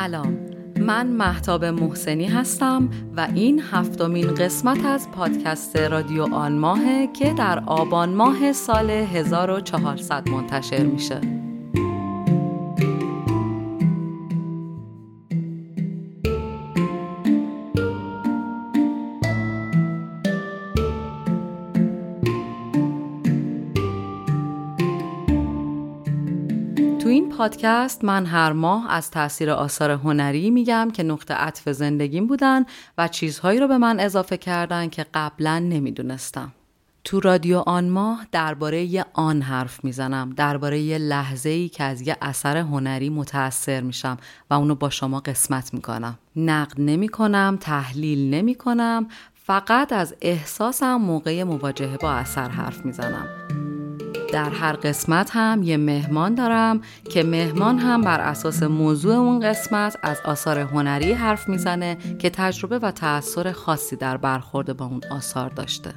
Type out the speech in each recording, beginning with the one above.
سلام، من مهتاب محسنی هستم و این 7مین قسمت از پادکست رادیو آن ماهه که در آبان ماه سال 1400 منتشر میشه. تو این پادکست من هر ماه از تأثیر آثار هنری میگم که نقطه عطف زندگیم بودن و چیزهایی رو به من اضافه کردن که قبلا نمیدونستم. تو رادیو آن ماه درباره یه آن حرف میزنم، درباره یه لحظه‌ای که از یه اثر هنری متأثر میشم و اونو با شما قسمت میکنم. نقد نمیکنم، تحلیل نمیکنم، فقط از احساسم موقع مواجهه با اثر حرف میزنم. در هر قسمت هم یه مهمان دارم که مهمان هم بر اساس موضوع اون قسمت از آثار هنری حرف میزنه که تجربه و تأثیر خاصی در برخورد با اون آثار داشته.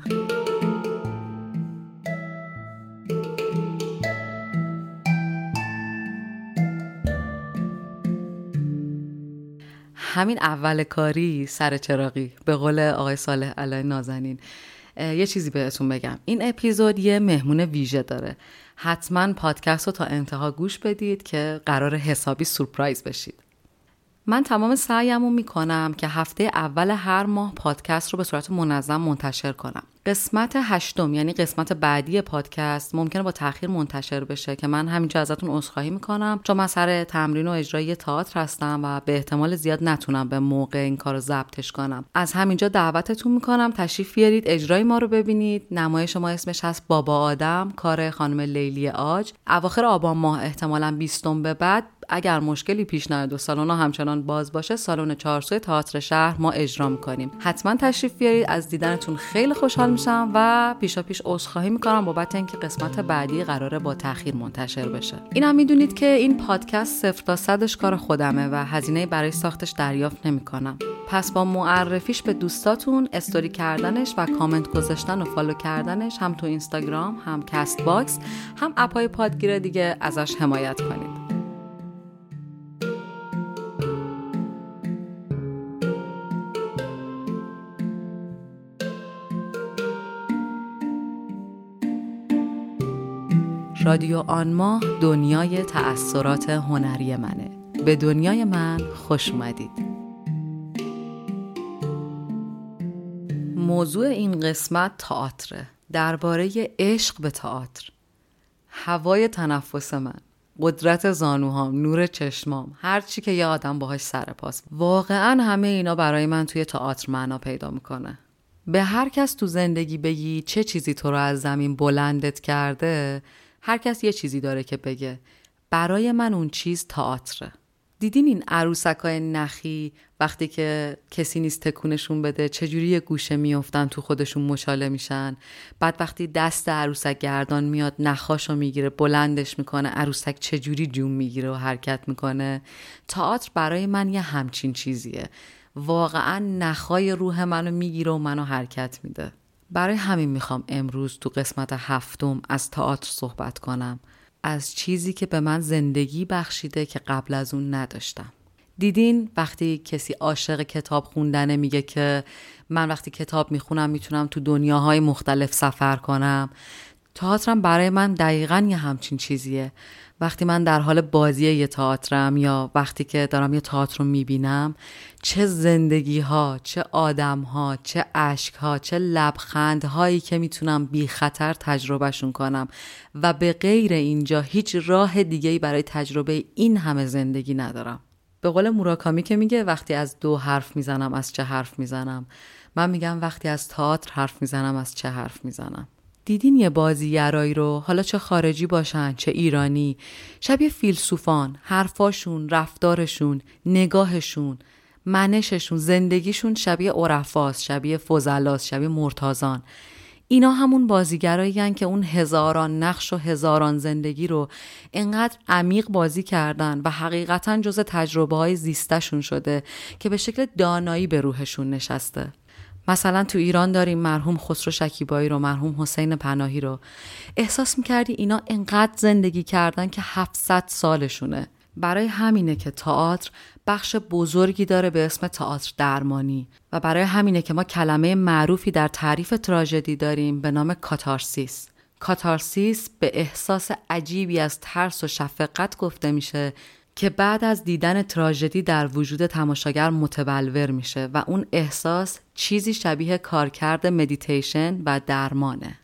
همین اول کاری سر چراغی، به قول آقای صالح علی نازنین. یه چیزی بهتون بگم، این اپیزود یه مهمون ویژه داره. حتما پادکست رو تا انتها گوش بدید که قرار حسابی سورپرایز بشید. من تمام سعیمو میکنم که هفته اول هر ماه پادکست رو به صورت منظم منتشر کنم. قسمت 8 یعنی قسمت بعدی پادکست ممکنه با تأخیر منتشر بشه که من همینجا ازتون عذرخواهی میکنم، چون من سر تمرین و اجرای تئاتر هستم و به احتمال زیاد نتونم به موقع این کارو ضبطش کنم. از همینجا دعوتتون میکنم تشریف بیارید اجرای ما رو ببینید. نمایش ما اسمش هست بابا آدم، کار خانم لیلی عاج. اواخر آبان ماه احتمالاً 20 به بعد اگر مشکلی پیش نیاد و سالن‌ها همچنان باز باشه، سالن 4 تئاتر شهر ما اجرا می‌کنیم. حتما تشریف بیارید. از دیدنتون خیلی خوشحال میشم و پیشاپیش عذرخواهی می‌کنم بابت اینکه قسمت بعدی قراره با تأخیر منتشر بشه. اینم میدونید که این پادکست 0 تا 100ش کار خودمه و هزینه برای ساختش دریافت نمی‌کنم. پس با معرفیش به دوستاتون، استوری کردنش و کامنت گذاشتن و فالو کردنش هم تو اینستاگرام، هم کست باکس، هم اپ‌های پادگیر دیگه ازش حمایت کنید. رادیو آن ماه دنیای تأثیرات هنری منه. به دنیای من خوش اومدید. موضوع این قسمت تئاتره. درباره عشق به تئاتر. هوای تنفس من، قدرت زانوهام، نور چشمام، هر چی که یه آدم باهاش سر پاست. واقعا همه اینا برای من توی تئاتر معنا پیدا میکنه. به هر کس تو زندگی بگی چه چیزی تو رو از زمین بلندت کرده، هر کس یه چیزی داره که بگه. برای من اون چیز تئاتره. دیدین این عروسکای نخی وقتی که کسی نیست تکونشون بده چجوری یه گوشه میافتن تو خودشون مچاله میشن؟ بعد وقتی دست عروسک گردان میاد نخاشو میگیره بلندش میکنه، عروسک چجوری جون میگیره و حرکت میکنه؟ تئاتر برای من یه همچین چیزیه. واقعا نخای روح منو میگیره و منو حرکت میده. برای همین میخوام امروز تو قسمت 7 از تئاتر صحبت کنم، از چیزی که به من زندگی بخشیده که قبل از اون نداشتم. دیدین وقتی کسی عاشق کتاب خوندنه میگه که من وقتی کتاب میخونم میتونم تو دنیاهای مختلف سفر کنم؟ تئاترم برای من دقیقاً یه همچین چیزیه. وقتی من در حال بازی یه تئاترم یا وقتی که دارم یه تئاتر رو میبینم، چه زندگی ها، چه آدم ها، چه اشک ها، چه لبخند هایی که میتونم بی خطر تجربهشون کنم و به غیر اینجا هیچ راه دیگه‌ای برای تجربه این همه زندگی ندارم. به قول موراکامی که میگه وقتی از 2 حرف میزنم از چه حرف میزنم، من میگم وقتی از تئاتر حرف میزنم از چه حرف میزنم. دیدین یه بازیگرایی رو، حالا چه خارجی باشن چه ایرانی، شبیه فیلسوفان، حرفاشون، رفتارشون، نگاهشون، منششون، زندگیشون شبیه عرفاست، شبیه فضلاست، شبیه مرتضان. اینا همون بازیگرایین که اون هزاران نقش و هزاران زندگی رو انقدر عمیق بازی کردن و حقیقتاً جز تجربه‌های زیستشون شده که به شکل دانایی به روحشون نشسته. مثلا تو ایران داریم مرحوم خسرو شکیبایی رو، مرحوم حسین پناهی رو. احساس میکردی اینا انقدر زندگی کردن که 700 سالشونه. برای همینه که تئاتر بخش بزرگی داره به اسم تئاتر درمانی و برای همینه که ما کلمه معروفی در تعریف تراژدی داریم به نام کاتارسیس. کاتارسیس به احساس عجیبی از ترس و شفقت گفته میشه که بعد از دیدن تراژدی در وجود تماشاگر متبلور میشه و اون احساس چیزی شبیه کارکرد مدیتیشن و درمانه.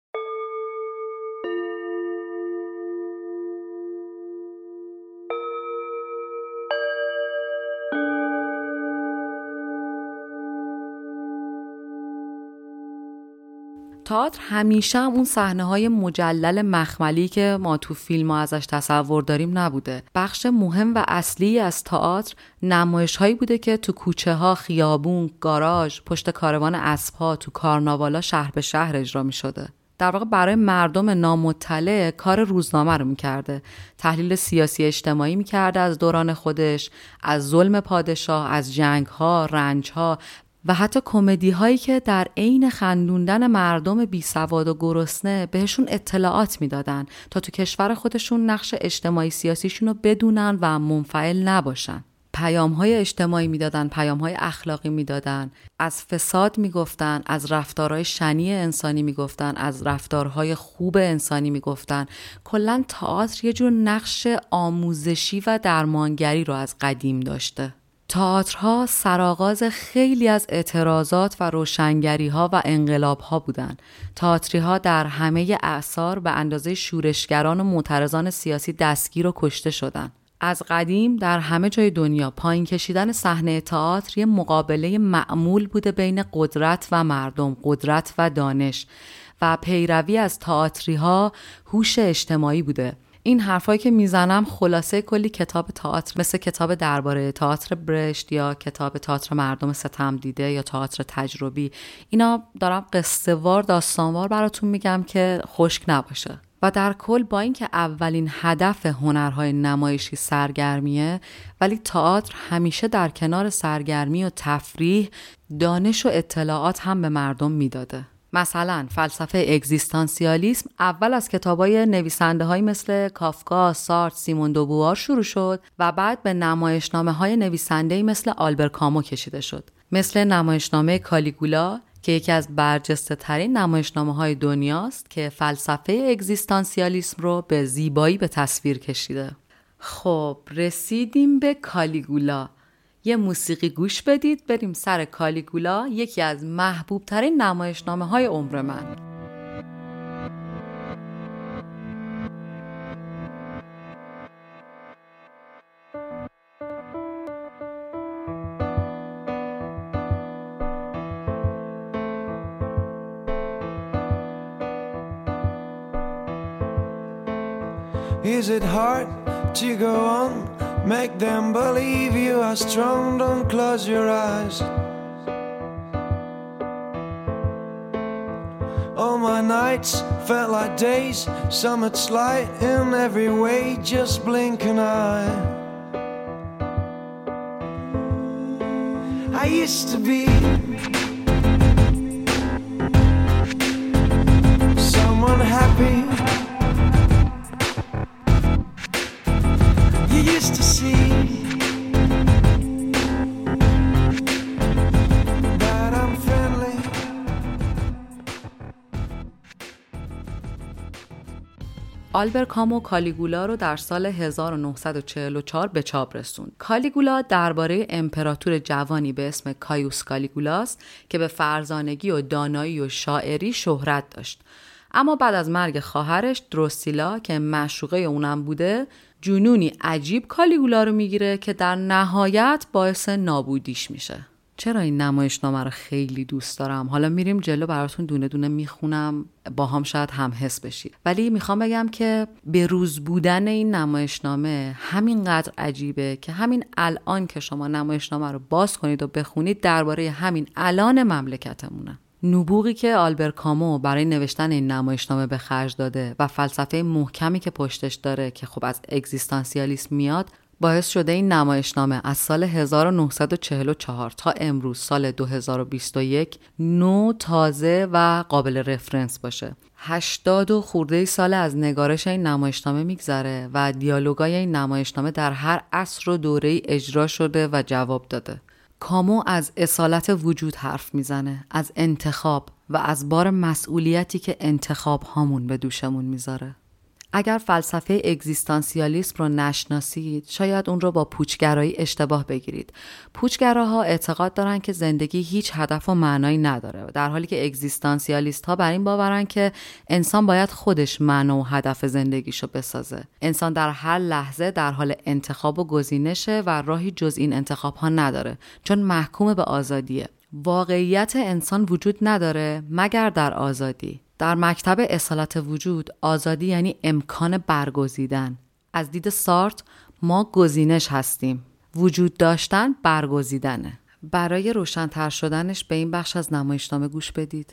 تئاتر همیشه هم اون صحنه‌های مجلل مخملی که ما تو فیلم‌ها ازش تصور داریم نبوده. بخش مهم و اصلی از تئاتر نمایش‌هایی بوده که تو کوچه‌ها، خیابون، گاراژ، پشت کاروان اسب‌ها، تو کارناوالا شهر به شهر اجرا می‌شده. در واقع برای مردم نامطلع کار روزنامه رو می‌کرده. تحلیل سیاسی اجتماعی می‌کرده از دوران خودش، از ظلم پادشاه، از جنگ‌ها، رنج‌ها و حتی کمدی هایی که در عین خندوندن مردم بی سواد و گرسنه بهشون اطلاعات میدادن تا تو کشور خودشون نقش اجتماعی سیاسیشون رو بدونن و منفعل نباشن. پیام های اجتماعی میدادن، پیام های اخلاقی میدادن، از فساد میگفتن، از رفتارهای شنیع انسانی میگفتن، از رفتارهای خوب انسانی میگفتن. کلاً تئاتر یه جور نقش آموزشی و درمانگری رو از قدیم داشته. تئاترها سرآغاز خیلی از اعتراضات و روشنگری‌ها و انقلاب‌ها بودند. تئاتری‌ها در همه اعصار به اندازه شورشگران و معترضان سیاسی دستگیر و کشته شدند. از قدیم در همه جای دنیا پایین کشیدن صحنه تئاتر یه مقابله معمول بوده بین قدرت و مردم، قدرت و دانش و پیروی از تئاتری‌ها هوش اجتماعی بوده. این حرفایی که میزنم خلاصه کلی کتاب تئاتر مثل کتاب درباره تئاتر برشت یا کتاب تئاتر مردم ستم دیده یا تئاتر تجربی، اینا دارم قصه وار داستانوار براتون میگم که خشک نباشه. و در کل با اینکه اولین هدف هنرهای نمایشی سرگرمیه، ولی تئاتر همیشه در کنار سرگرمی و تفریح دانش و اطلاعات هم به مردم میداده. مثلا فلسفه اگزیستانسیالیسم اول از کتابای نویسنده‌هایی مثل کافکا، سارتر، سیمون دوبوار شروع شد و بعد به نمایشنامه‌های نویسنده‌ای مثل آلبر کامو کشیده شد. مثل نمایشنامه کالیگولا که یکی از برجسته‌ترین نمایشنامه‌های دنیاست که فلسفه اگزیستانسیالیسم رو به زیبایی به تصویر کشیده. خب رسیدیم به کالیگولا. یه موسیقی گوش بدید بریم سر کالیگولا، یکی از محبوب ترین نمایشنامه های عمر من. Is it hard to go on? Make them believe you are strong. Don't close your eyes. All my nights felt like days. So much light in every way. Just blink an eye. I used to be someone happy. You used to see that I'm friendly. آلبر کامو کالیگولا رو در سال 1944 به چاپ رسوند. کالیگولا درباره امپراتور جوانی به اسم کایوس کالیگولاست که به فرزانگی و دانایی و شاعری شهرت داشت. اما بعد از مرگ خواهرش دروسیلا که معشوقه اونم بوده، جنونی عجیب کالیگولا رو میگیره که در نهایت باعث نابودیش میشه. چرا این نمایشنامه رو خیلی دوست دارم؟ حالا میریم جلو براتون دونه دونه میخونم، با هم شاید هم حس بشید. ولی میخوام بگم که به روز بودن این نمایشنامه همینقدر عجیبه که همین الان که شما نمایشنامه رو باز کنید و بخونید درباره همین الان مملکتمونه. نبوغی که آلبر کامو برای نوشتن این نمایشنامه به خرج داده و فلسفه محکمی که پشتش داره که خب از اگزیستانسیالیسم میاد باعث شده این نمایشنامه از سال 1944 تا امروز سال 2021 نو، تازه و قابل رفرنس باشه. 80 خورده سال از نگارش این نمایشنامه میگذره و دیالوگای این نمایشنامه در هر عصر و دوره‌ای اجرا شده و جواب داده. کامو از اصالت وجود حرف میزنه، از انتخاب و از بار مسئولیتی که انتخاب هامون به دوشمون میذاره. اگر فلسفه اگزیستانسیالیسم رو نشناسید، شاید اون رو با پوچگرایی اشتباه بگیرید. پوچگراها اعتقاد دارن که زندگی هیچ هدف و معنایی نداره، در حالی که اگزیستانسیالیست ها بر این باورن که انسان باید خودش معنی و هدف زندگیشو بسازه. انسان در هر لحظه در حال انتخاب و گزینشه و راهی جز این انتخاب ها نداره، چون محکوم به آزادیه. واقعیت انسان وجود نداره مگر در آزادی. در مکتب اصالت وجود، آزادی یعنی امکان برگزیدن. از دید سارتر ما گزینش هستیم. وجود داشتن برگزیدنه. برای روشن‌تر شدنش به این بخش از نمایشنامه گوش بدید.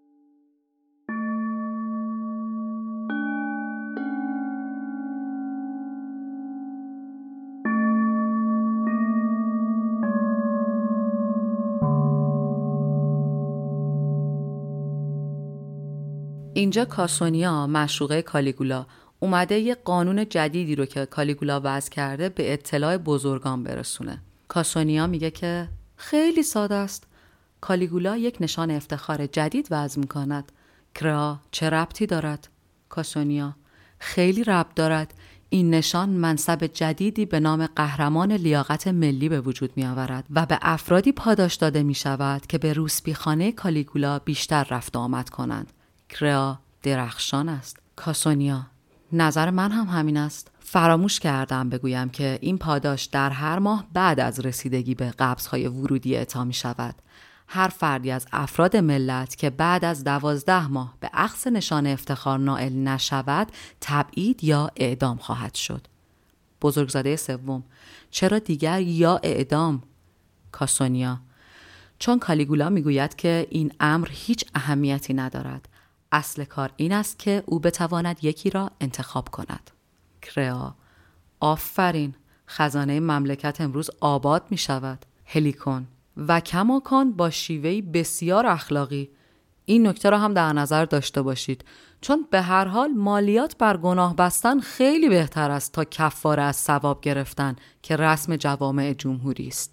اینجا کاسونیا، معشوقه کالیگولا، اومده یه قانون جدیدی رو که کالیگولا وضع کرده به اطلاع بزرگان برسونه. کاسونیا میگه که خیلی ساده است. کالیگولا یک نشان افتخار جدید وضع میکند. کرا چه ربطی دارد؟ کاسونیا خیلی ربط دارد. این نشان منصب جدیدی به نام قهرمان لیاقت ملی به وجود می آورد و به افرادی پاداش داده می شود که به روسپیخانه کالیگولا بیشتر رفت آمد کنند. کرا درخشان است. کاسونیا نظر من هم همین است. فراموش کردم بگویم که این پاداش در هر ماه بعد از رسیدگی به قبض‌های ورودی اعطا می شود. هر فردی از افراد ملت که بعد از 12 ماه به اخذ نشان افتخار نائل نشود، تبعید یا اعدام خواهد شد. بزرگزاده سوم: چرا دیگر یا اعدام؟ کاسونیا: چون کالیگولا میگوید که این امر هیچ اهمیتی ندارد. اصل کار این است که او بتواند یکی را انتخاب کند. کرا: آفرین، خزانه مملکت امروز آباد می شود. هلیکون: و کماکان با شیوهی بسیار اخلاقی. این نکته را هم در نظر داشته باشید، چون به هر حال مالیات بر گناه بستن خیلی بهتر است تا کفاره از ثواب گرفتن که رسم جوامع جمهوری است.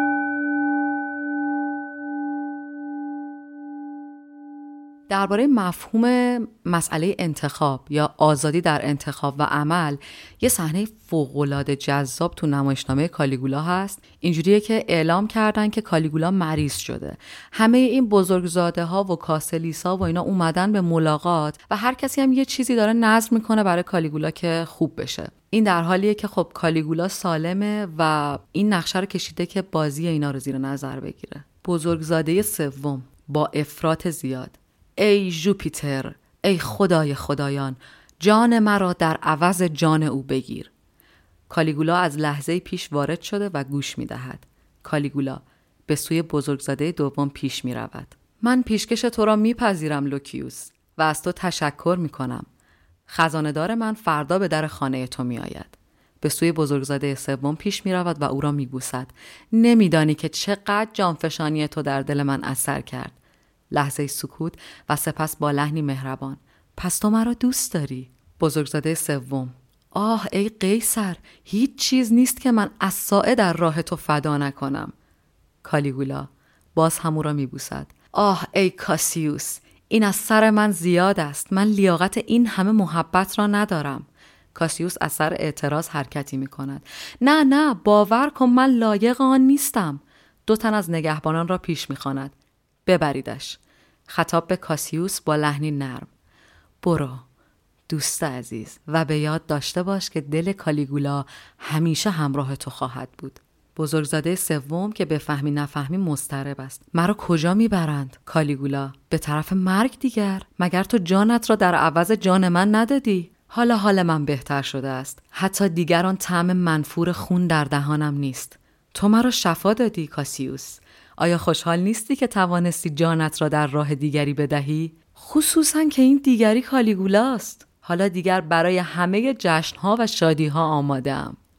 درباره مفهوم مسئله انتخاب یا آزادی در انتخاب و عمل یه صحنه فوق‌العاده جذاب تو نمایشنامه کالیگولا هست. اینجوریه که اعلام کردن که کالیگولا مریض شده. همه این بزرگزاده ها و کاسلیسا و اینا اومدن به ملاقات و هر کسی هم یه چیزی داره نظر میکنه برای کالیگولا که خوب بشه. این در حالیه که خب کالیگولا سالمه و این نقشه رو کشیده که بازی اینا رو زیر نظر بگیره. بزرگزاده سوم با افراط زیاد: ای ژوپیتر، ای خدای خدایان، جان مرا در عوض جان او بگیر. کالیگولا از لحظه پیش وارد شده و گوش می دهد. کالیگولا به سوی بزرگزاده دوم پیش می رود. من پیشکش تو را می پذیرم لوکیوس و از تو تشکر می کنم. خزانه‌دار من فردا به در خانه تو می آید. به سوی بزرگزاده سوم پیش می رود و او را می بوسد. نمی دانی که چقدر جانفشانی تو در دل من اثر کرد. لحظه سکوت و سپس با لحنی مهربان: پس تو مرا دوست داری؟ بزرگزاده سوم: آه ای قیصر، هیچ چیز نیست که من عصا در راه تو فدا نکنم. کالیگولا باز همو را میبوسد: آه ای کاسیوس، این از سر من زیاد است. من لیاقت این همه محبت را ندارم. کاسیوس از سر اعتراض حرکتی میکند: نه باور کن، من لایق آن نیستم. 2 تن از نگهبانان را پیش میخواند: ببریدش. خطاب به کاسیوس با لحنی نرم: برو دوست عزیز و به یاد داشته باش که دل کالیگولا همیشه همراه تو خواهد بود. بزرگزاده سوم که بفهمی نفهمی مضطرب است: مرا کجا میبرند؟ کالیگولا: به طرف مرگ دیگر. مگر تو جانت را در عوض جان من ندادی؟ حال من بهتر شده است. حتی دیگر آن طعم منفور خون در دهانم نیست. تو مرا شفا دادی کاسیوس. آیا خوشحال نیستی که توانستی جانت را در راه دیگری بدهی؟ خصوصاً که این دیگری کالیگولاست. حالا دیگر برای همه جشن‌ها و شادی‌ها آماده‌ام.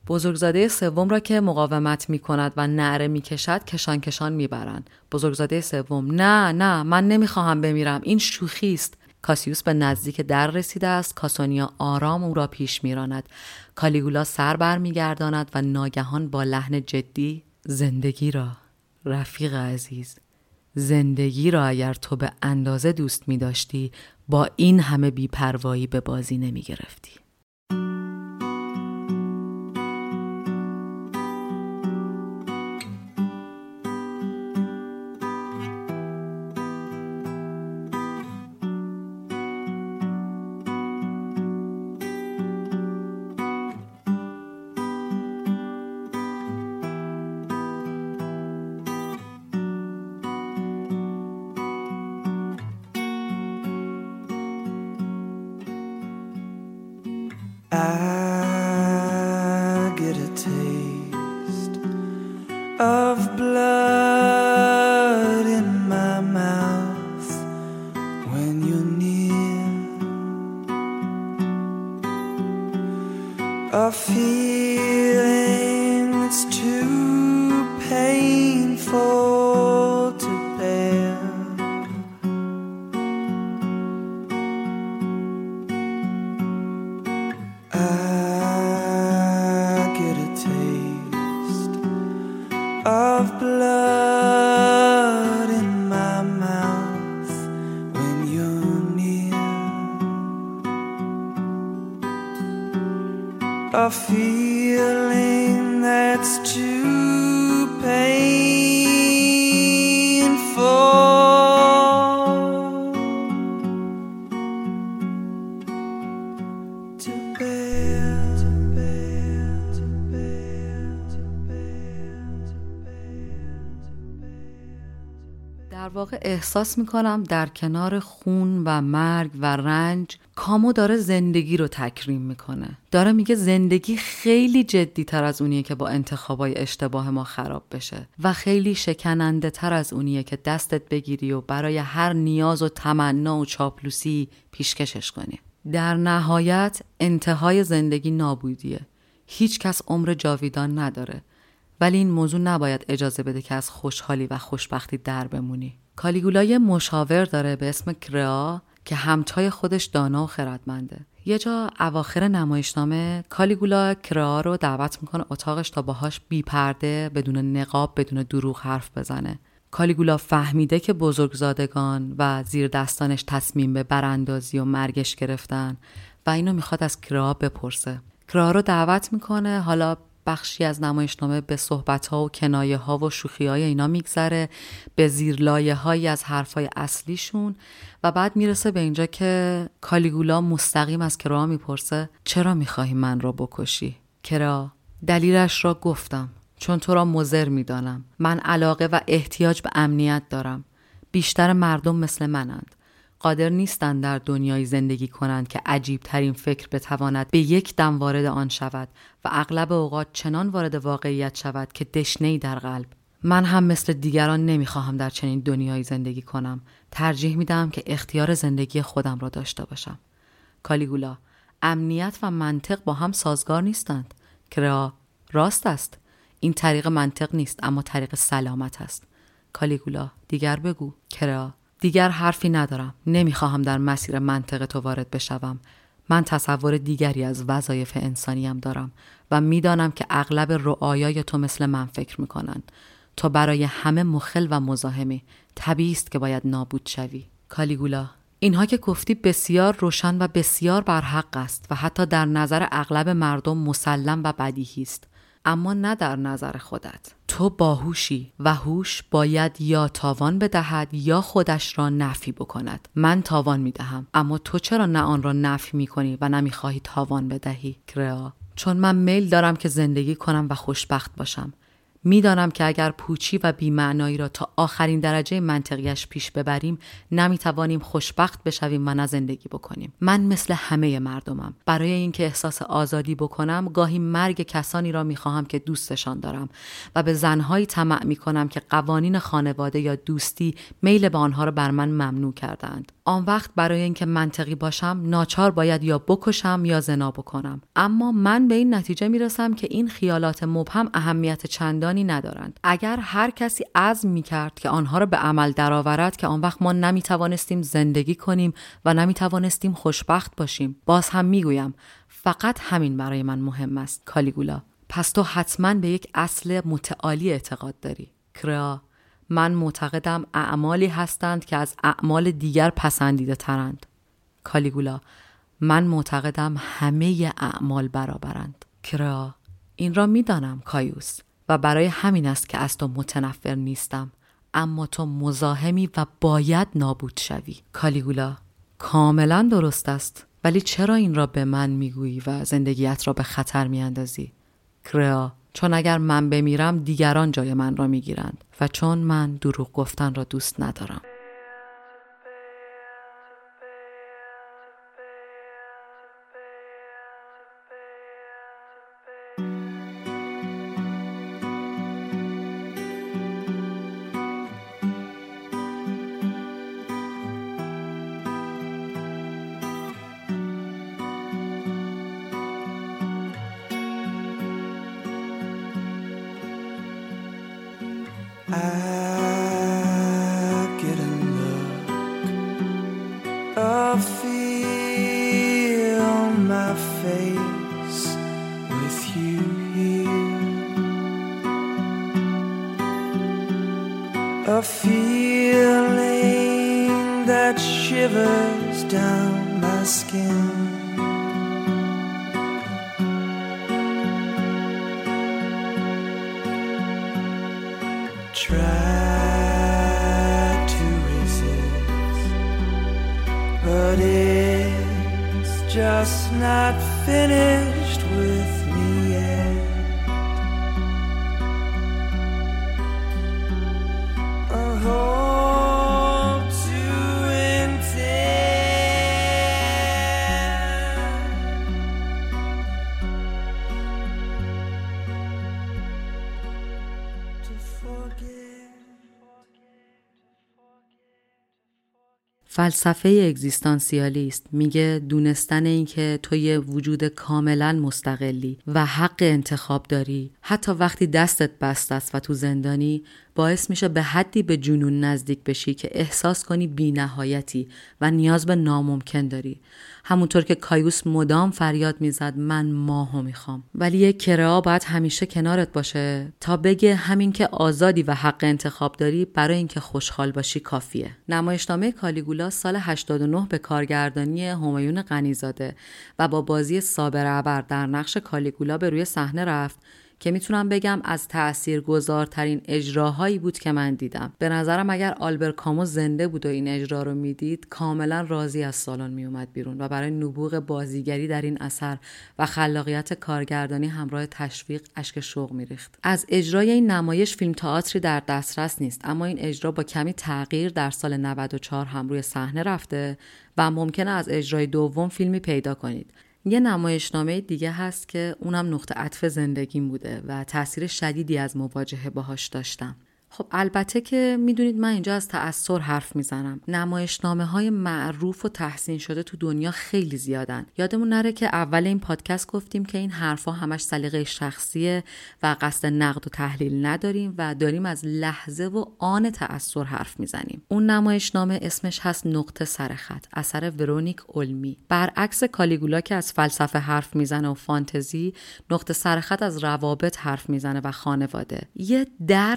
بزرگزاده سوم را که مقاومت می کند و نعره می کشد کشان کشان می برند. بزرگزاده سوم: نه من نمیخواهم بمیرم، این شوخی است. کاسیوس به نزدیک در رسیده است. کاسونیا آرام او را پیش می راند. کالیگولا سر بر می گرداند و ناگهان با لحن جدی: زندگی را رفیق عزیز، زندگی را اگر تو به اندازه دوست می داشتی با این همه بی‌پروایی به بازی نمی گرفتی. I get a taste of blood in my mouth when you're near, a feeling that's too painful to bear. Of blood in my mouth when you're near, a feeling that's too painful to bear. در واقع احساس میکنم در کنار خون و مرگ و رنج کامو داره زندگی رو تکریم میکنه. داره میگه زندگی خیلی جدی تر از اونیه که با انتخابای اشتباه ما خراب بشه و خیلی شکننده تر از اونیه که دستت بگیری و برای هر نیاز و تمنا و چاپلوسی پیشکشش کنی. در نهایت انتهای زندگی نابودیه. هیچ کس عمر جاویدان نداره، ولی این موضوع نباید اجازه بده که از خوشحالی و خوشبختی در بمونی. کالیگولا یه مشاور داره به اسم کرئا که همتای خودش دانا و خردمنده. یه جا اواخر نمایشنامه کالیگولا کرئا رو دعوت میکنه اتاقش تا باهاش بی پرده، بدون نقاب، بدون دروغ حرف بزنه. کالیگولا فهمیده که بزرگزادگان و زیر دستانش تصمیم به براندازی و مرگش گرفتن و اینو میخواد از کرئا بپرسه. کرئا رو دعوت میکنه. حالا بخشی از نمایشنامه به صحبت‌ها و کنایه‌ها و شوخی‌های اینا میگذره، به زیرلایه‌هایی از حرفای اصلیشون و بعد میرسه به اینجا که کالیگولا مستقیم از کرئا میپرسه: چرا میخواهی من را بکشی؟ کرئا: دلیلش را گفتم، چون تو را مضر میدانم. من علاقه و احتیاج به امنیت دارم. بیشتر مردم مثل منند. قادر نیستند در دنیای زندگی کنند که عجیب ترین فکر بتواند به یک دم وارد آن شود و اغلب اوقات چنان وارد واقعیت شود که دشنه‌ای در قلب. من هم مثل دیگران نمیخواهم در چنین دنیای زندگی کنم. ترجیح میدم که اختیار زندگی خودم را داشته باشم. کالیگولا: امنیت و منطق با هم سازگار نیستند. کرئا: راست است. این طریق منطق نیست، اما طریق سلامت است. کالیگولا: دیگر بگو. کرئا: دیگر حرفی ندارم. نمیخواهم در مسیر منطق تو وارد بشوم. من تصور دیگری از وظایف انسانیم دارم و میدانم که اغلب رعایای تو مثل من فکر میکنند. تو برای همه مخل و مزاحمی. طبیعی است که باید نابود شوی. کالیگولا: اینها که گفتی بسیار روشن و بسیار برحق است و حتی در نظر اغلب مردم مسلم و بدیهی است، اما نه در نظر خودت. تو باهوشی و هوش باید یا تاوان بدهد یا خودش را نفی بکند. من تاوان میدهم، اما تو چرا نه آن را نفی میکنی و نمیخواهی تاوان بدهی؟ کرئا: چون من میل دارم که زندگی کنم و خوشبخت باشم. میدانم که اگر پوچی و بی‌معنایی را تا آخرین درجه منطقیش پیش ببریم نمیتوانیم خوشبخت بشویم و نه زندگی بکنیم. من مثل همه مردمم. برای اینکه احساس آزادی بکنم گاهی مرگ کسانی را میخواهم که دوستشان دارم و به زنهایی طمع میکنم که قوانین خانواده یا دوستی میل به آنها را بر من ممنوع کردند. آن وقت برای اینکه منطقی باشم ناچار باید یا بکشم یا زنا بکنم. اما من به این نتیجه میرسم که این خیالات مبهم اهمیت چندانی ندارند. اگر هر کسی عزم میکرد که آنها را به عمل درآورد که آن وقت ما نمیتوانستیم زندگی کنیم و نمیتوانستیم خوشبخت باشیم. باز هم میگویم فقط همین برای من مهم است. کالیگولا: پس تو حتما به یک اصل متعالی اعتقاد داری. کرئا: من معتقدم اعمالی هستند که از اعمال دیگر پسندیده ترند. کالیگولا: من معتقدم همه اعمال برابرند. کرئا: این را میدانم کایوس و برای همین است که از تو متنفر نیستم، اما تو مزاحمی و باید نابود شوی. کالیگولا: کاملا درست است، ولی چرا این را به من میگویی و زندگیت را به خطر میاندازی؟ کرئا: چون اگر من بمیرم دیگران جای من را میگیرند و چون من دروغ گفتن را دوست ندارم. I get a look, a feel on my face with you here, a feeling that shivers down my skin. Try to resist, but it's just not finished with me yet. I hope to فلسفه اگزیستانسیالیست میگه دونستن این که تو یه وجود کاملا مستقلی و حق انتخاب داری، حتی وقتی دستت بسته است و تو زندانی، باعث میشه به حدی به جنون نزدیک بشی که احساس کنی بی‌نهایتی و نیاز به ناممکن داری. همونطور که کایوس مدام فریاد میزد من ماهو میخوام. ولی یک کرئا باید همیشه کنارت باشه تا بگه همین که آزادی و حق انتخاب داری برای اینکه خوشحال باشی کافیه. نمایشنامه کالیگولا سال 89 به کارگردانی همایون غنی‌زاده و با بازی صابر ابر در نقش کالیگولا به روی صحنه رفت که میتونم بگم از تأثیرگذارترین اجراهایی بود که من دیدم. به نظرم اگر آلبر کامو زنده بود و این اجرا رو میدید کاملا راضی از سالن میومد بیرون و برای نبوغ بازیگری در این اثر و خلاقیت کارگردانی همراه تشویق اشک شوق میریخت. از اجرای این نمایش فیلم تئاتری در دسترس نیست، اما این اجرا با کمی تغییر در سال 94 هم روی صحنه رفته و ممکنه از اجرای دوم فیلمی پیدا کنید. یه نمایشنامه دیگه هست که اونم نقطه عطف زندگیم بوده و تأثیر شدیدی از مواجهه باهاش داشتم. خب البته که میدونید من اینجا از تأثیر حرف میزنم. نمایشنامه‌های معروف و تحسین شده تو دنیا خیلی زیادن. یادمون نره که اول این پادکست گفتیم که این حرفا همش سلیقه شخصیه و قصد نقد و تحلیل نداریم و داریم از لحظه و آن تأثیر حرف میزنیم. اون نمایشنامه اسمش هست نقطه سرخط، اثر ورونیک اولمی. برعکس کالیگولا که از فلسفه حرف میزنه و فانتزی، نقطه سرخط از روابط حرف میزنه و خانواده. یه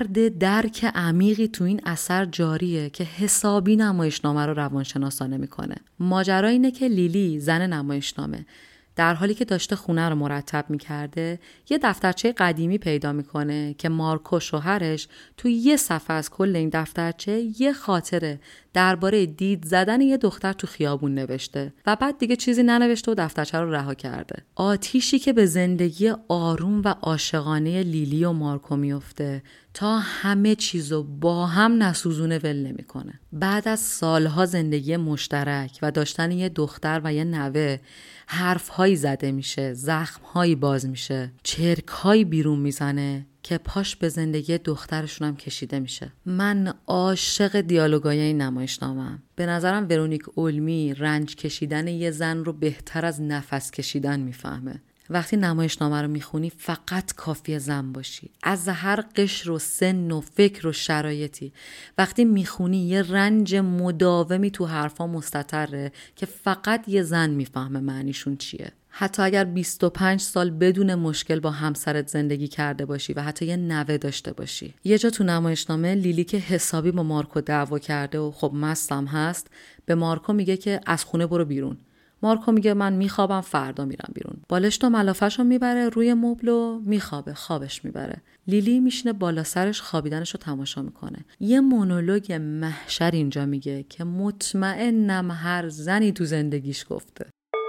درک عمیقی تو این اثر جاریه که حسابی نمایشنامه رو روانشناسانه میکنه. ماجرا اینه که لیلی زن نمایشنامه در حالی که داشته خونه رو مرتب میکرده یه دفترچه قدیمی پیدا میکنه که مارکو شوهرش تو یه صفحه از کل این دفترچه یه خاطره درباره دید زدن یه دختر تو خیابون نوشته و بعد دیگه چیزی ننوشته و دفترچه رو رها کرده. آتیشی که به زندگی آروم و عاشقانه لیلی و مارکو میفته تا همه چیزو با هم نسوزونه ول نمیکنه. بعد از سالها زندگی مشترک و داشتن یه دختر و یه نوه، حرفهایی زده میشه، زخمهایی باز میشه، چرکهایی بیرون میزنه که پاش به زندگی دخترشون هم کشیده میشه. من عاشق دیالوگای این نمایشنامه‌ام. به نظرم ورونیک اولمی رنج کشیدن یه زن رو بهتر از نفس کشیدن میفهمه. وقتی نمایشنامه رو میخونی فقط کافیه زن باشی، از هر قشر و سن و فکر و شرایطی. وقتی میخونی یه رنج مداومی تو حرفا مستتره که فقط یه زن میفهمه معنیشون چیه. حتی اگر 25 سال بدون مشکل با همسرت زندگی کرده باشی و حتی یه نوه داشته باشی. یه جا تو نمایشنامه لیلی که حسابی با مارکو دعوا کرده و خب مستم هست، به مارکو میگه که از خونه برو بیرون. مارکو میگه من میخوابم، فردا میرم بیرون. بالشت و ملافه‌شو میبره روی مبل و میخوابه، خوابش میبره. لیلی میشینه بالا سرش خوابیدنشو تماشا میکنه. یه مونولوگ محشر اینجا میگه که مطمئنم هر زنی تو زندگیش گفته.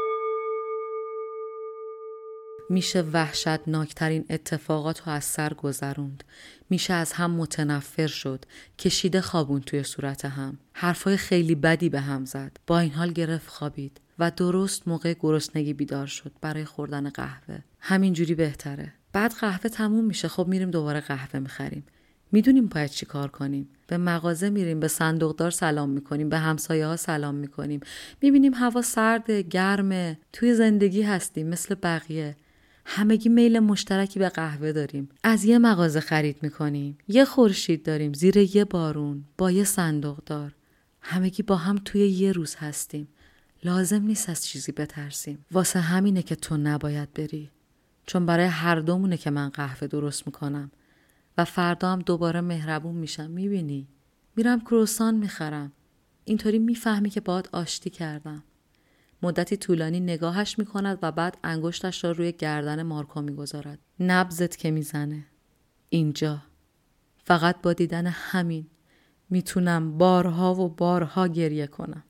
میشه وحشتناکترین اتفاقات رو از سر گذروند. میشه از هم متنفر شد، کشیده خوابون توی صورت هم، حرفای خیلی بدی به هم زد. با این حال گرفت خوابید و درست موقع گرسنگی بیدار شد برای خوردن قهوه. همینجوری بهتره. بعد قهوه تموم میشه، خب میریم دوباره قهوه میخریم. میدونیم باید چی کار کنیم. به مغازه میریم، به صندوقدار سلام میکنیم، به همسایه ها سلام میکنیم. میبینیم هوا سرده، گرمه، توی زندگی هستیم مثل بقیه. همگی میل مشترکی به قهوه داریم. از یه مغازه خرید میکنیم. یه خورشید داریم زیر یه بارون با یه صندوقدار. همگی با هم توی یه روز هستیم. لازم نیست از چیزی بترسیم. واسه همینه که تو نباید بری. چون برای هر دومونه که من قهوه درست میکنم. و فردا هم دوباره مهربون میشم. میبینی؟ میرم کروسان میخرم. اینطوری میفهمی که باهات آشتی کردم. مدتی طولانی نگاهش میکند و بعد انگشتش را روی گردن مارکو میگذارد. نبضت که میزنه. اینجا. فقط با دیدن همین میتونم بارها و بارها گریه کنم.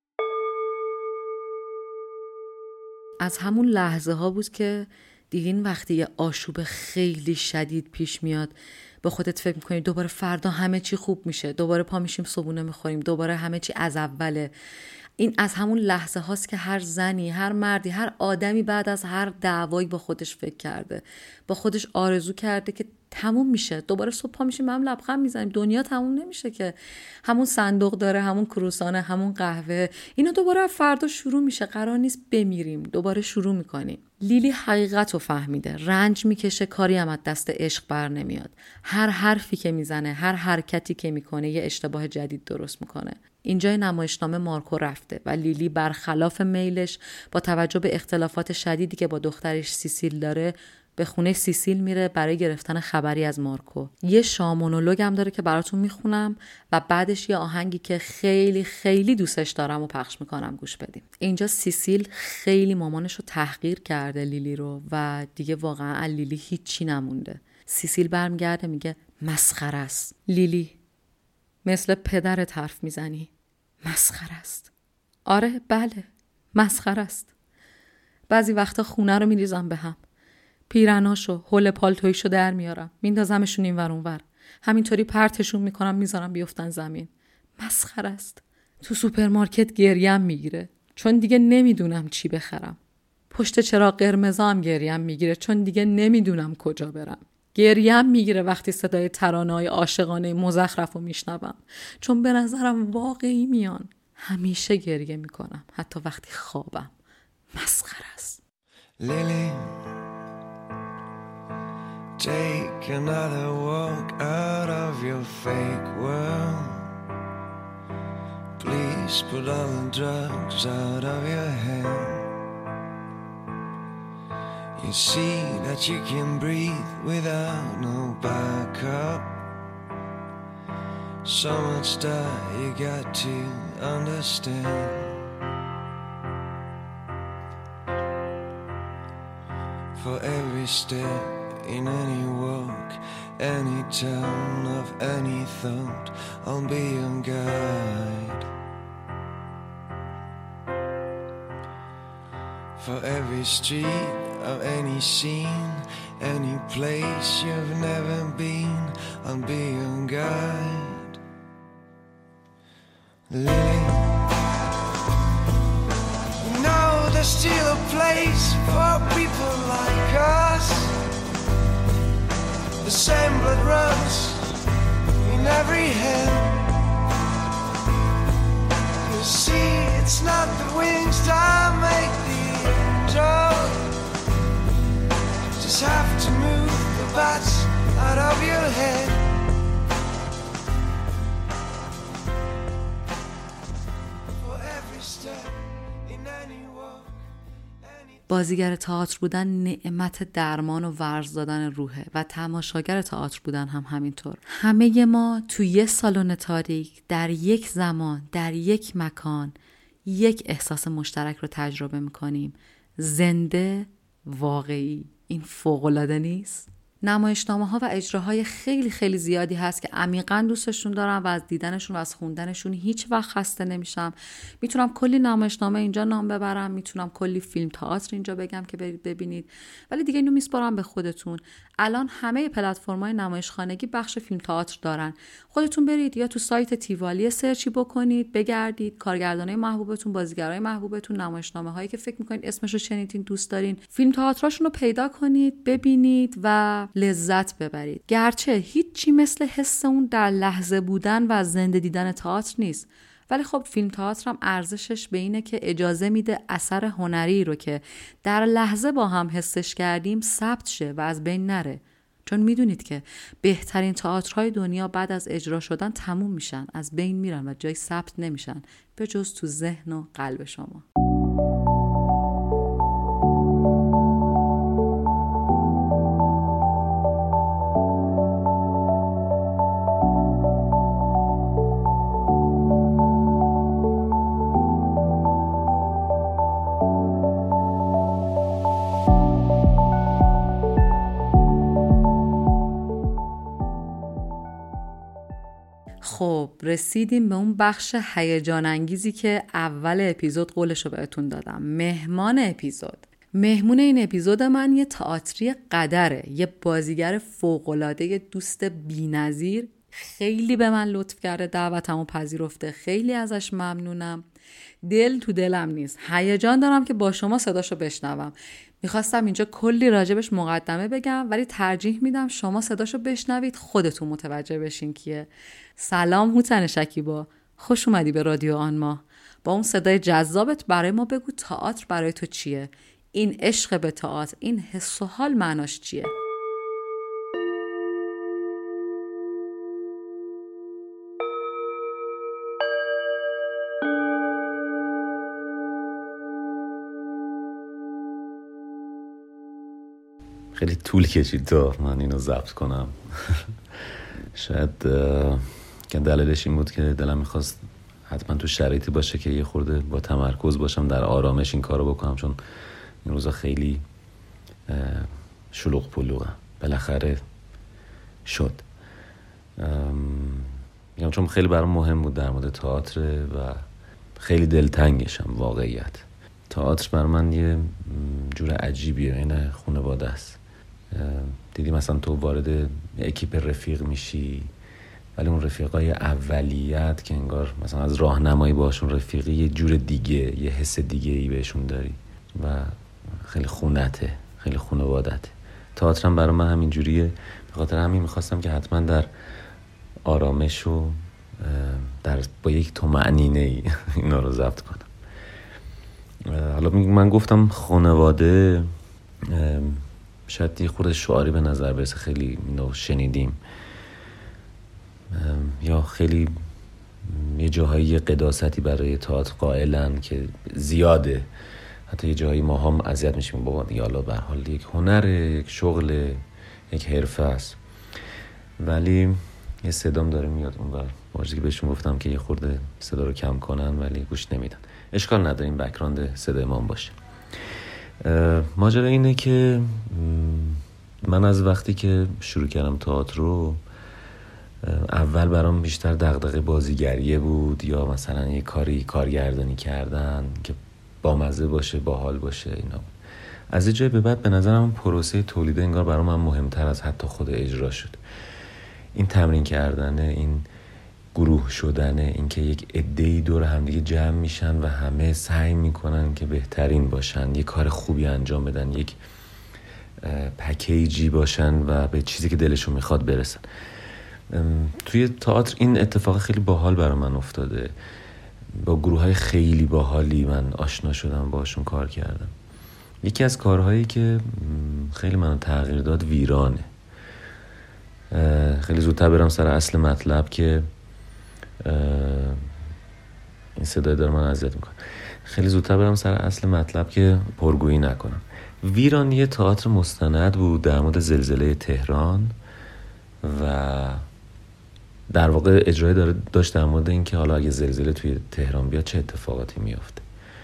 از همون لحظه ها بود که دیدین وقتی یه آشوب خیلی شدید پیش میاد با خودت فکر میکنی دوباره فردا همه چی خوب میشه، دوباره پا میشیم صبحونه میخوریم، دوباره همه چی از اوله. این از همون لحظه هاست که هر زنی، هر مردی، هر آدمی بعد از هر دعوایی با خودش فکر کرده، با خودش آرزو کرده که تموم میشه، دوباره صبح پا میشیم هم لبخند میزنیم، دنیا تموم نمیشه که. همون صندوق داره، همون کروسانه، همون قهوه، اینا دوباره فردا شروع میشه. قرار نیست بمیریم، دوباره شروع میکنیم. لیلی حقیقت رو فهمیده، رنج میکشه، کاری هم از دست عشق بر نمیاد. هر حرفی که میزنه، هر حرکتی که میکنه یه اشتباه جدید درست میکنه. اینجای نمایشنامه مارکو رفته و لیلی برخلاف میلش با توجه به اختلافات شدیدی که با دخترش سیسیل داره به خونه سیسیل میره برای گرفتن خبری از مارکو. یه شامونولوگ هم داره که براتون میخونم و بعدش یه آهنگی که خیلی خیلی دوستش دارم و پخش میکنم، گوش بدیم. اینجا سیسیل خیلی مامانش رو تحقیر کرده لیلی رو و دیگه واقعا لیلی هیچی نمونده. سیسیل برمیگرده میگه مسخره است. لیلی مثل پدرت حرف میزنی. مسخره است. آره بله مسخره است. بعضی وقتا خونه رو میریزم به هم، پیرناشو، هول پالتویشو در میارم، میندازمشون این ور اون ور، همینطوری پرتشون میکنم میذارم بیفتن زمین. مسخره است. تو سوپرمارکت گریم میگیره چون دیگه نمیدونم چی بخرم. پشت چراغ قرمزا هم گریم میگیره چون دیگه نمیدونم کجا برم. گریم میگیره وقتی صدای ترانه‌های عاشقانه مزخرفو میشنوم چون به نظرم واقعی میان. همیشه گریه میکنم حتی وقتی خوابم. مسخره است. Lily, take another walk out of your fake world. Please put all the drugs out of your head. You see that you can breathe without no backup. So much that you got to understand. For every step in any walk, any turn of any thought, I'll be your guide. For every street of any scene, any place you've never been, I'll be your guide. Lily, no, there's still a place for people like us. The same blood runs in every hand. You see, it's not the wings that make the angel. Just have to move the bats out of your head. For every step in any walk. بازیگر تئاتر بودن نعمت درمان و ورز دادن روحه و تماشاگر تئاتر بودن هم همینطور. همه ما تو یه سالن تاریک در یک زمان در یک مکان یک احساس مشترک رو تجربه میکنیم. زنده، واقعی. این فوق‌العاده نیست؟ نمایشنامه‌ها و اجراهای خیلی خیلی زیادی هست که عمیقاً دوستشون دارم و از دیدنشون و از خوندنشون هیچ وقت خسته نمیشم. میتونم کلی نمایشنامه اینجا نام ببرم، میتونم کلی فیلم تئاتر اینجا بگم که برید ببینید، ولی دیگه اینو میسپارم به خودتون. الان همه پلتفرم‌های نمایشخانگی بخش فیلم تئاتر دارن. خودتون برید یا تو سایت تیوالی سرچی بکنید، بگردید، کارگردانای محبوبتون، بازیگرای محبوبتون، نمایشنامه‌هایی که فکر می‌کنید اسمشو شنیدین، دوست دارین، فیلم تئاتراشون رو پیدا کنید، ببینید و لذت ببرید. گرچه هیچی مثل حس اون در لحظه بودن و زنده دیدن تئاتر نیست، ولی خب فیلم تئاتر هم ارزشش به اینه که اجازه میده اثر هنری رو که در لحظه با هم حسش کردیم ثبت شه و از بین نره. چون میدونید که بهترین تئاترهای دنیا بعد از اجرا شدن تموم میشن، از بین میرن و جای ثبت نمیشن به جز تو ذهن و قلب شما. خب رسیدیم به اون بخش هیجان انگیزی که اول اپیزود قولشو بهتون دادم. مهمان اپیزود. مهمون این اپیزود من یه تئاتری قدره، یه بازیگر فوق‌العاده، دوست بی‌نظیر. خیلی به من لطف کرده، دعوتمو پذیرفته، خیلی ازش ممنونم. دل تو دلم نیست، هیجان دارم که با شما صداشو بشنوم. میخواستم اینجا کلی راجبش مقدمه بگم، ولی ترجیح میدم شما صداشو بشنوید، خودتون متوجه بشین کیه. سلام هوتن شکیبا، خوش اومدی به رادیو آن ماه. با اون صدای جذابت برای ما بگو تئاتر برای تو چیه؟ این عشق به تئاتر، این حس و حال معناش چیه؟ خیلی طول کشید تا من اینو ضبط کنم. شاید که دلیلش این بود که دلم میخواست حتما تو شرایطی باشه که یه خورده با تمرکز باشم، در آرامش این کارو بکنم، چون این روزا خیلی شلوغ پلوغم. بالاخره شد. میگم چون خیلی برام مهم بود در مورد تئاتر و خیلی دلتنگشم. واقعیت تئاتر بر من یه جور عجیبیه، این خانواده است. دیدی مثلا تو وارد اکیپ رفیق میشی، ولی اون رفیقای اولیت که انگار مثلا از راهنمایی باشون رفیقی، یه جور دیگه، یه حس دیگه ای بهشون داری و خیلی خونته، خیلی خانوادته. تئاتر هم برای من همین جوریه. به خاطر همین میخواستم که حتما در آرامش و با یک طمأنینه ای اینا رو ضبط کنم. حالا من گفتم خانواده، شاید یه خورده شعاری به نظر برسه، خیلی اینو شنیدیم یا خیلی یه جاهایی قداستی برای تئاتر قائلن که زیاده، حتی یه جاهایی ما هم اذیت میشیم بابا دیگه، حالا به هر حال یک هنره، یک شغل، یک حرفه است. ولی یه صدام داره میاد اونور، واژه‌ای که بهشون گفتم که یه خورده صدا رو کم کنن ولی گوش نمیدن. اشکال نداره این بک‌گراند صدای ما باشه. ماجرا اینه که من از وقتی که شروع کردم تئاتر رو، اول برام بیشتر دغدغه بازیگریه بود یا مثلا یه کارگردانی کردن که بامزه باشه، باحال باشه، اینا. از یه جای به بعد به نظرم پروسه تولید انگار برام من مهمتر از حتی خود اجرا شد. این تمرین کردنه، این گروه شدنه، این که یک عده‌ای دور همدیگه جمع میشن و همه سعی میکنن که بهترین باشن، یه کار خوبی انجام بدن، یک پکیجی باشن و به چیزی که دلشون میخواد برسن. توی تئاتر این اتفاق خیلی باحال برای من افتاده. با گروه‌های خیلی باحالی من آشنا شدم، باشون کار کردم. یکی از کارهایی که خیلی منو تغییر داد ویرانه. خیلی زودتر برم سر اصل مطلب که این صدای داره من اذیت میکنه. خیلی زودتر برم سر اصل مطلب که پرگویی نکنم. ویران یه تئاتر مستند بود در مورد زلزله تهران و در واقع اجرایی داشت در مورد این که حالا اگه زلزله توی تهران بیاد چه اتفاقاتی میافته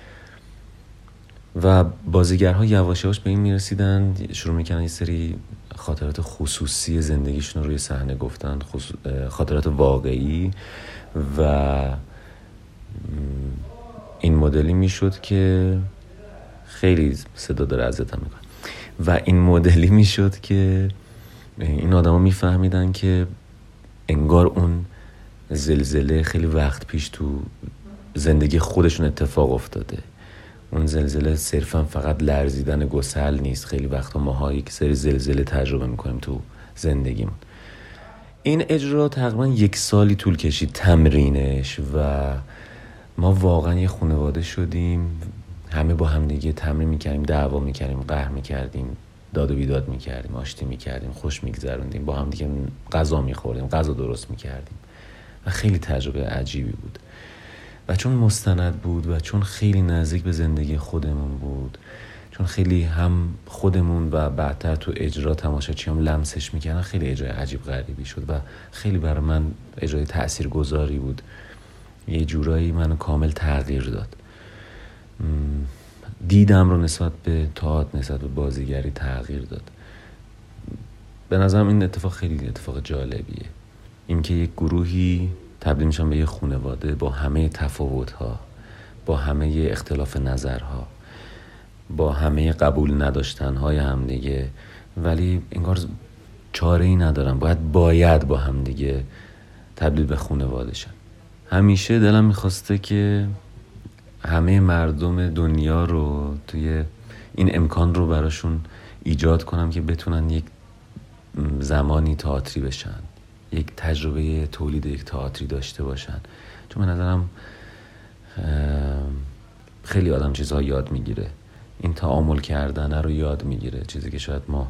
و بازیگرها یواش یواش به این میرسیدن، شروع میکنن یه سری خاطرات خصوصی زندگیشون رو روی صحنه گفتن، خاطرات واقعی، و این مدلی میشد که خیلی صدا داره اذیتم میکنه و این مدلی میشد که این آدما میفهمیدن که انگار اون زلزله خیلی وقت پیش تو زندگی خودشون اتفاق افتاده. اون زلزله صرفا فقط لرزیدن گسل نیست. خیلی وقتا ماها یک سری زلزله تجربه میکنیم تو زندگیمون. این اجرا تقریبا 1 سالی طول کشید تمرینش و ما واقعا یه خانواده شدیم. همه با هم دیگه تمرین میکردیم، دعوا میکردیم، قهر میکردیم، داد و بیداد میکردیم، آشتی میکردیم، خوش میگذروندیم، با هم دیگه غذا میخوردیم، غذا درست میکردیم و خیلی تجربه عجیبی بود. و چون مستند بود و چون خیلی نزدیک به زندگی خودمون بود، چون خیلی هم خودمون و بعدتر تو اجرا تماشاچی هم لمسش میکردن، خیلی اجرای عجیب غریبی شد و خیلی برای من اجرای تاثیرگذاری بود. یه جورایی منو کامل تغییر داد. دیدم رو نسبت به تئاتر، نسبت به بازیگری تغییر داد. به نظرم این اتفاق خیلی اتفاق جالبیه، اینکه یک گروهی تبدیل میشن به یه خانواده با همه تفاوت‌ها، با همه اختلاف نظرها، با همه قبول نداشتن‌های هم دیگه، ولی انگار چاره‌ای ندارن، باید با هم دیگه تبدیل به خانواده شن. همیشه دلم میخواسته که همه مردم دنیا رو توی این امکان رو براشون ایجاد کنم که بتونن یک زمانی تئاتری بشن، یک تجربه تولید یک تئاتری داشته باشن. چون به نظرم خیلی آدم چیزها یاد میگیره، این تعامل کردن رو یاد میگیره، چیزی که شاید ما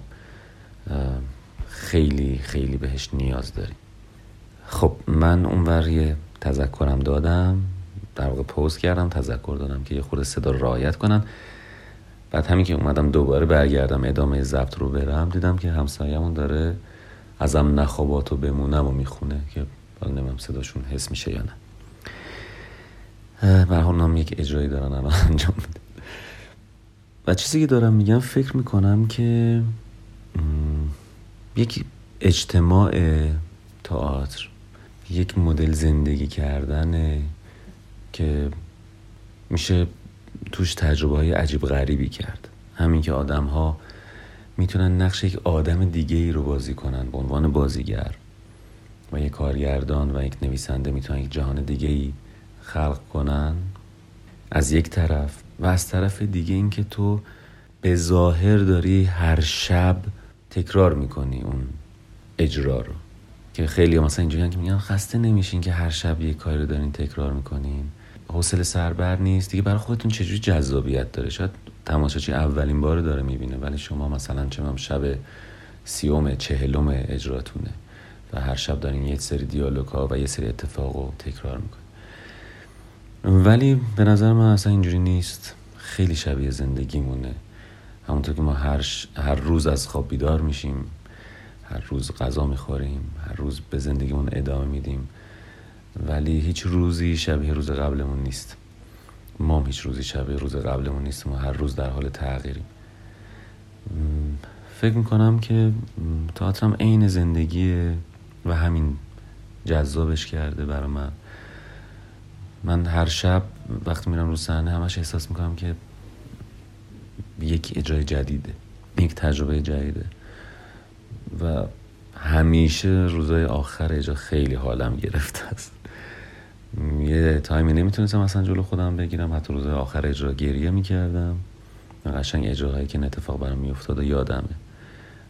خیلی خیلی بهش نیاز داریم. خب من اونور یه تذکرم دادم، در واقع پوز کردم، تذکر دادم که یه خورده صدا رعایت کنن. بعد همین که اومدم دوباره برگردم ادامه ضبط رو برم، دیدم که همسایه‌مون داره ازم نخواباتو بمونم و میخونه که حالا نمیم صداشون حس میشه یا نه. به هر حال نام یک اجرایی دارن الان انجام میده و چیزی که دارم میگم فکر میکنم که یک اجتماع تئاتر یک مدل زندگی کردنه که میشه توش تجربه های عجیب غریبی کرد. همین که آدم ها میتونن نقش یک آدم دیگه ای رو بازی کنن به عنوان بازیگر و یک کارگردان و یک نویسنده میتونن یک جهان دیگه ای خلق کنن از یک طرف، و از طرف دیگه این که تو به ظاهر داری هر شب تکرار میکنی اون اجرا رو، که خیلی ها مثلا اینجوریان که میگن خسته نمیشین که هر شب یک کاری رو دارین تکرار میکنین، حوصله سربر نیست دیگه، برای خودتون چجوری جذابیت داره؟ شاید تماشاچی اولین بار داره میبینه، ولی شما مثلا چه شب 30م 40م اجراتونه و هر شب دارین یه سری دیالوگ‌ها و یه سری اتفاقو تکرار میکنین. ولی به نظر من اصلا اینجوری نیست، خیلی شبیه زندگیمونه. همونطور که ما هر روز از خواب بیدار میشیم، هر روز غذا میخوریم، هر روز به زندگیمون ادامه میدیم، ولی هیچ روزی شبیه روز قبلمون نیست. ما هم هیچ روزی شبیه روز قبلمون نیست، ما هر روز در حال تغییریم. فکر میکنم که تئاتر هم عین زندگیه و همین جذابش کرده برای من. من هر شب وقتی میرم رو صحنه همش احساس میکنم که یک اجرای جدیده، یک تجربه جدیده و همیشه روزای آخر اجرا خیلی حالم گرفته است. یه تایمی نمیتونستم اصلا جلو خودم بگیرم، حتی روزای آخر اجرا گریه میکردم. قشنگ اجراهایی که اتفاق برام میافتاد و یادمه.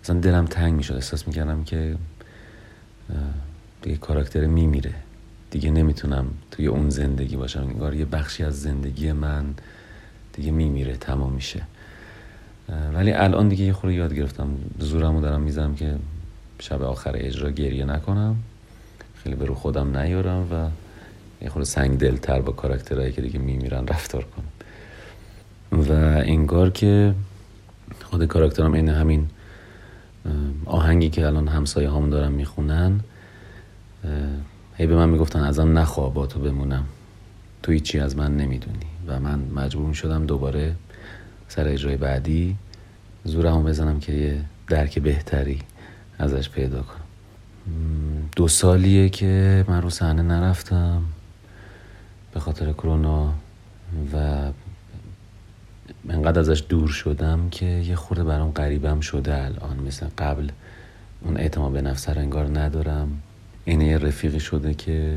مثلا دلم تنگ میشد، احساس میکردم که دیگه کاراکتر میمیره، دیگه نمیتونم توی اون زندگی باشم، انگار یه بخشی از زندگی من دیگه میمیره، تمام میشه. ولی الان دیگه یه خورده یاد گرفتم، زورمو دارم میزنم که شب آخر اجرا گریه نکنم، خیلی به رو خودم نیارم و یه خورده سنگ دلتر با کاراکترهایی که دیگه میمیرن رفتار کنم. و انگار که خود کاراکترم این همین آهنگی که الان همسایه هامون دارن میخونن، هی به من میگفتن ازم نخواه با تو بمونم، تو هیچی از من نمیدونی، و من مجبور میشدم دوباره سر اجرای بعدی زورمو بزنم که یه درک بهتری ازش پیدا کنم. 2 سالیه که من رو صحنه نرفتم به خاطر کرونا و انقدر ازش دور شدم که یه خورده برام غریبم شده الان. مثل قبل اون اعتماد به نفس رو انگار ندارم. اینه یه رفیقی شده که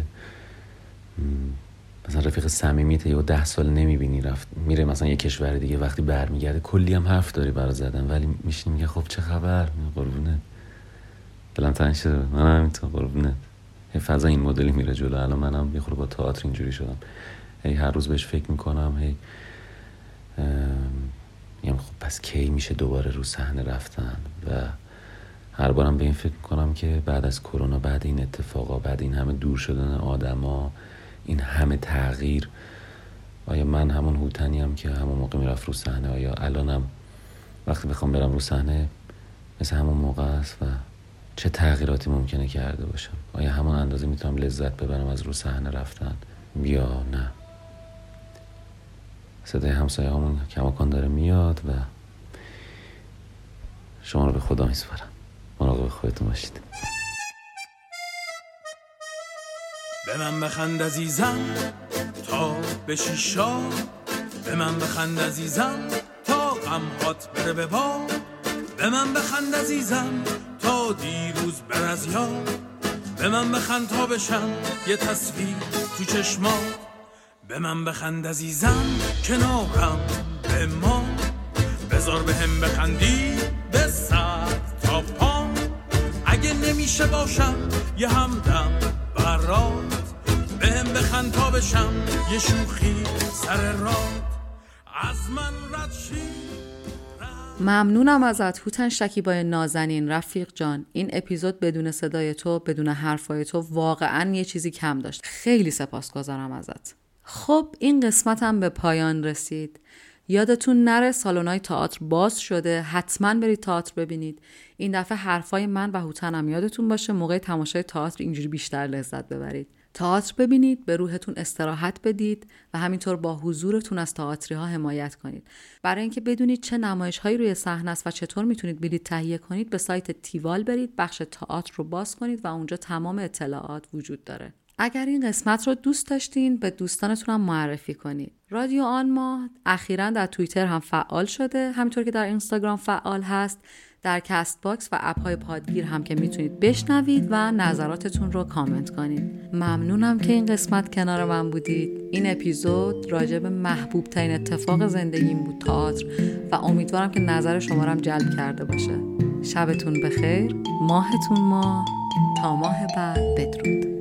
مثلا رفیق صمیمیت یا 10 سال نمیبینی، رفت میره مثلا یه کشور دیگه، وقتی برمیگرده کلی هم حرف داری برا زدن، ولی میشینی میگه خب چه خبر، قربونت، دلم تنگ شده، من همینطور قربونت. یه فضا این مدلی میره جلو. الان منم یه خورده با تئاتر اینجوری شدم، هر روز بهش فکر میکنم، میگم خب پس کی میشه دوباره رو صحنه رفتن، و هر بارم به این فکر میکنم که بعد از کرونا، بعد این اتفاقا، بعد این همه دور شدن آدما، این همه تغییر، آیا من همون هوتنیم که همون موقع میرفت رو صحنه؟ آیا الانم وقتی بخوام برم رو صحنه مثل همون موقع است و چه تغییراتی ممکنه کرده باشم؟ آیا همون اندازه میتونم لذت ببرم از رو صحنه رفتن یا نه؟ صدای همسایه همون کماکان داره میاد و شما رو به خدا میسپارم، مراقب خودتون باشید. به من بخند عزیزم تا بشی شاد، به من بخند عزیزم تا غمهات بره به باد، به من بخند عزیزم تا دیروز بر از یاد، به من بخند تا بشم یه تصویر تو چشمات، به من بخند عزیزم کنارم به ما، بذار به هم بخندی به سر تا پام، اگه نمیشه باشم یه همدم برات، به هم بخند تا بشم یه شوخی سر رات، از من رد شی. ممنونم ازت هوتن شکیبای نازنین. رفیق جان، این اپیزود بدون صدای تو، بدون حرفای تو واقعا یه چیزی کم داشت. خیلی سپاسگزارم ازت. خب این قسمت هم به پایان رسید. یادتون نره سالن‌های تئاتر باز شده، حتما برید تئاتر ببینید. این دفعه حرفای من و هوتن هم یادتون باشه، موقع تماشای تئاتر اینجوری بیشتر لذت ببرید. تئاتر ببینید، به روحتون استراحت بدید و همینطور با حضورتون از تئاتری ها حمایت کنید. برای اینکه بدونید چه نمایش‌هایی روی صحنه است و چطور میتونید بلیط تهیه کنید، به سایت تیوال برید، بخش تئاتر رو باز کنید و اونجا تمام اطلاعات وجود داره. اگر این قسمت رو دوست داشتین به دوستانتون هم معرفی کنید. رادیو آن ما اخیراً در توییتر هم فعال شده، همینطور که در اینستاگرام فعال هست، در کست باکس و اپ‌های پادگیر هم که میتونید بشنوید و نظراتتون رو کامنت کنید. ممنونم که این قسمت کنار من بودید. این اپیزود راجع به محبوب ترین اتفاق زندگیم بود، تئاتر، و امیدوارم که نظر شما رو هم جلب کرده باشه. شبتون بخیر، ماهتون ماه، تا ماه بعد بدرود.